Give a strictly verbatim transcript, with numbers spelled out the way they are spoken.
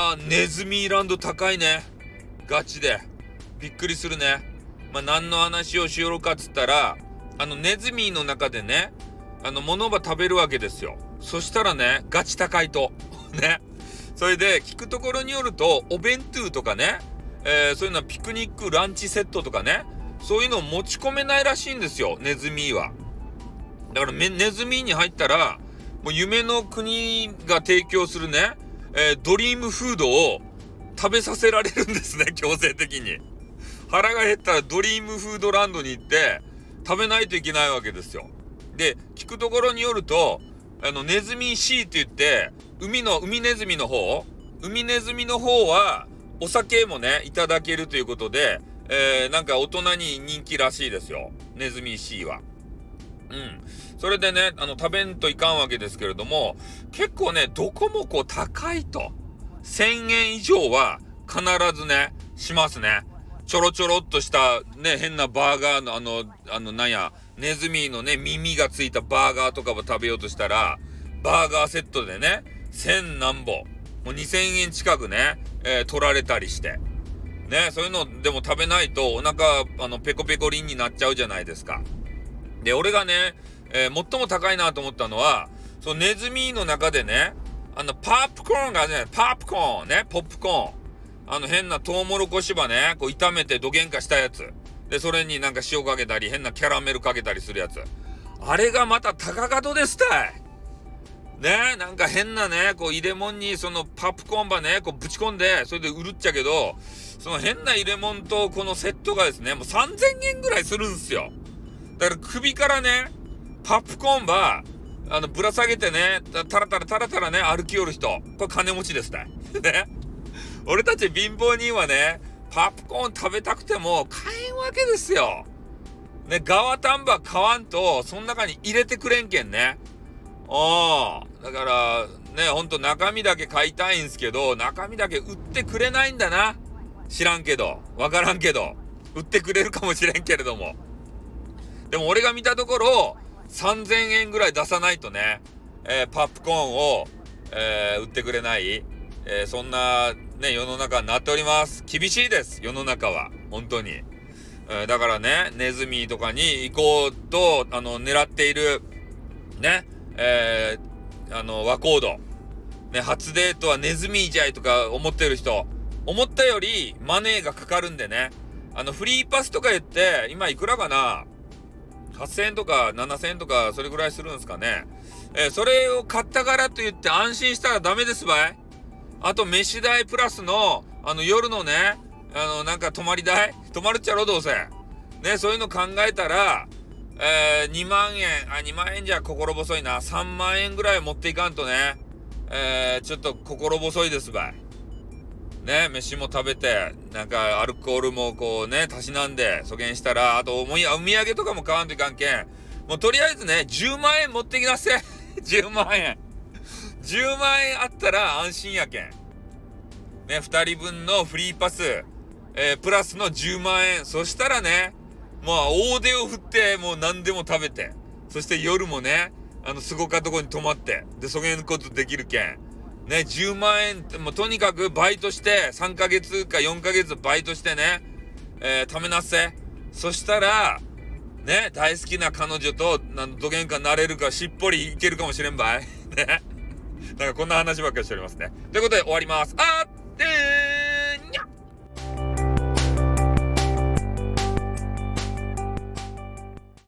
まあネズミランド高いね。ガチでびっくりするね。まあ何の話をしようかっつったら、あのネズミの中でね、あの物ば食べるわけですよ。そしたらね、ガチ高いとね。それで聞くところによると、お弁当とかね、えー、そういうのはピクニックランチセットとかね、そういうのを持ち込めないらしいんですよ、ネズミは。だからネズミに入ったら、もう夢の国が提供するね、えー、ドリームフードを食べさせられるんですね、強制的に。腹が減ったらドリームフードランドに行って食べないといけないわけですよ。で、聞くところによると、あのネズミシーって言って海の海ネズミの方海ネズミの方はお酒もねいただけるということで、えー、なんか大人に人気らしいですよ、ネズミシーは。うん。それでね、あの食べんといかんわけですけれども、結構ねどこもこう高いとせんえん以上は必ずねしますね。ちょろちょろっとしたね変なバーガーのあのあのなんやネズミのね耳がついたバーガーとかを食べようとしたら、バーガーセットでね千何ぼもうにせんえん近くね、えー、取られたりしてね、そういうのでも食べないとお腹あのペコペコリンになっちゃうじゃないですか。で、俺がね、えー、最も高いなと思ったのは、そのネズミの中でね、あのパープコーンがね、パープコーンね、ポップコーン、あの変なトウモロコシばね、こう炒めてどげんかしたやつで、それになんか塩かけたり変なキャラメルかけたりするやつ、あれがまた高かとですたいね。なんか変なねこう入れ物にそのパップコーンばねこうぶち込んで、それで売るっちゃけど、その変な入れ物とこのセットがですねもうさんぜんえんぐらいするんすよ。だから首からねパップコーンばあのぶら下げてね、タラタラタラタラね歩きよる人、これ金持ちですねね。俺たち貧乏人はねパップコーン食べたくても買えんわけですよね。側タンバ買わんとその中に入れてくれんけんね。ああ、だからね、ほんと中身だけ買いたいんすけど、中身だけ売ってくれないんだな。知らんけど、わからんけど、売ってくれるかもしれんけれども。でも俺が見たところ、さんぜんえんぐらい出さないとね、えー、パップコーンを、えー、売ってくれない、えー、そんなね、世の中になっております。厳しいです、世の中は。本当に。えー、だからね、ネズミとかに行こうと、あの、狙っている、ね、えー、あの和コード、ね、初デートはネズミじゃいとか思ってる人、思ったよりマネーがかかるんでね、あのフリーパスとか言って今いくらかな、はっせんえんとかななせんえんとかそれぐらいするんですかね。えー、それを買ったからと言って安心したらダメですばい。あと飯代プラスのあの夜のねあのなんか泊まり代、泊まるっちゃろどうせね、そういうの考えたらえー、にまんえん、あ、にまんえんじゃ心細いな。さんまんえんぐらい持っていかんとね、えー、ちょっと心細いですばい。ね、飯も食べて、なんかアルコールもこうね、たしなんで、そげんしたら、あとおもい、お土産とかも買わんといかんけん。もうとりあえずね、じゅうまんえん持ってきなせ。じゅうまんえん。じゅうまんえんあったら安心やけん。ね、ふたりぶんのフリーパス、えー、プラスのじゅうまんえん。そしたらね、まあ大手を振ってもう何でも食べて、そして夜もねあのすごかとこに泊まって、でそげんことできるけんね、じゅうまんえんってもうとにかくバイトしてさんかげつかよんかげつバイトしてね、えー、貯めなっせ。そしたらね大好きな彼女とどげんかなれるか、しっぽりいけるかもしれんばいね。なんかこんな話ばっかりしておりますね。ということで終わります。あーってー